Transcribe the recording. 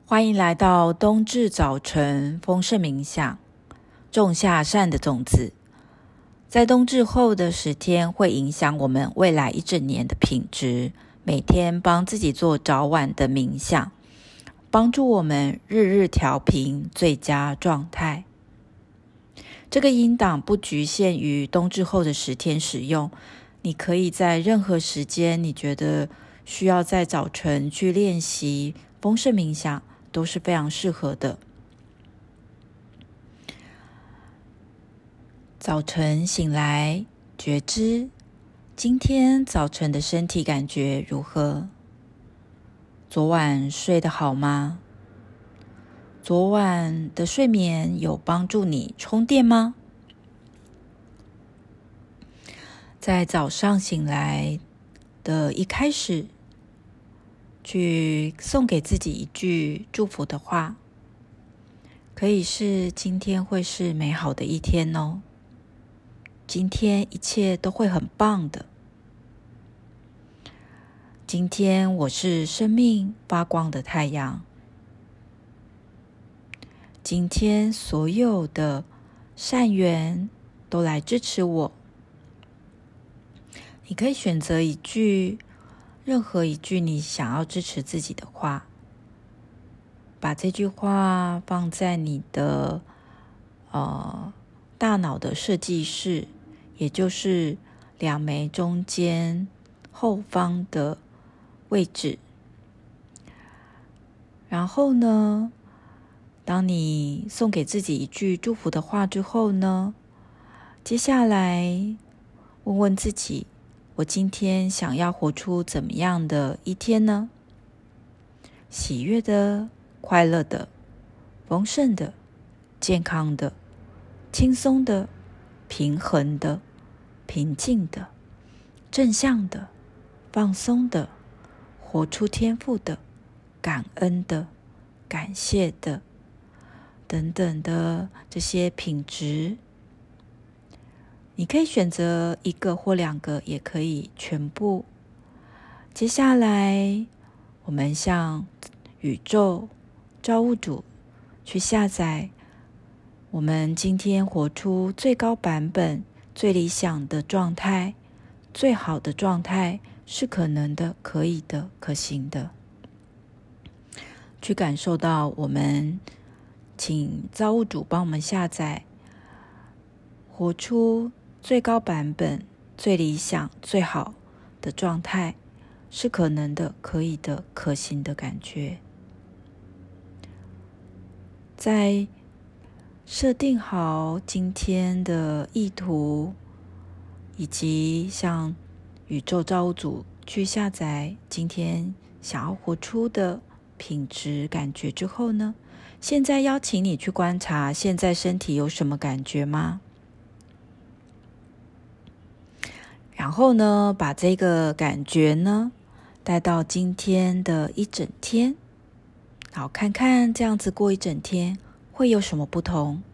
欢迎来到冬至早晨丰盛冥想，种下善的种子。在冬至后的10天会影响我们未来一整年的品质。每天帮自己做早晚的冥想，帮助我们日日调频最佳状态。这个音档不局限于冬至后的10天使用，你可以在任何时间你觉得需要在早晨去练习丰盛冥想都是非常适合的。早晨醒来，觉知今天早晨的身体感觉如何？昨晚睡得好吗？昨晚的睡眠有帮助你充电吗？在早上醒来的一开始，去送给自己一句祝福的话，可以是今天会是美好的一天哦，今天一切都会很棒的。今天我是生命发光的太阳，今天所有的善缘都来支持我。你可以选择任何一句你想要支持自己的话，把这句话放在你的大脑的设计室，也就是两眉中间后方的位置。然后呢，当你送给自己一句祝福的话之后呢，接下来问问自己，我今天想要活出怎么样的一天呢？喜悦的、快乐的、丰盛的、健康的、轻松的、平衡的、平静的、正向的、放松的、活出天赋的、感恩的、感谢的等等的这些品质。你可以选择1个或2个，也可以全部。接下来我们向宇宙造物主去下载我们今天活出最高版本、最理想的状态、最好的状态，是可能的、可以的、可行的。去感受到我们请造物主帮我们下载活出最高版本、最理想、最好的状态，是可能的、可以的、可行的感觉。在设定好今天的意图，以及向宇宙造物主去下载今天想要活出的品质感觉之后呢，现在邀请你去观察现在身体有什么感觉吗？然后呢，把这个感觉呢带到今天的一整天，好，看看这样子过一整天会有什么不同。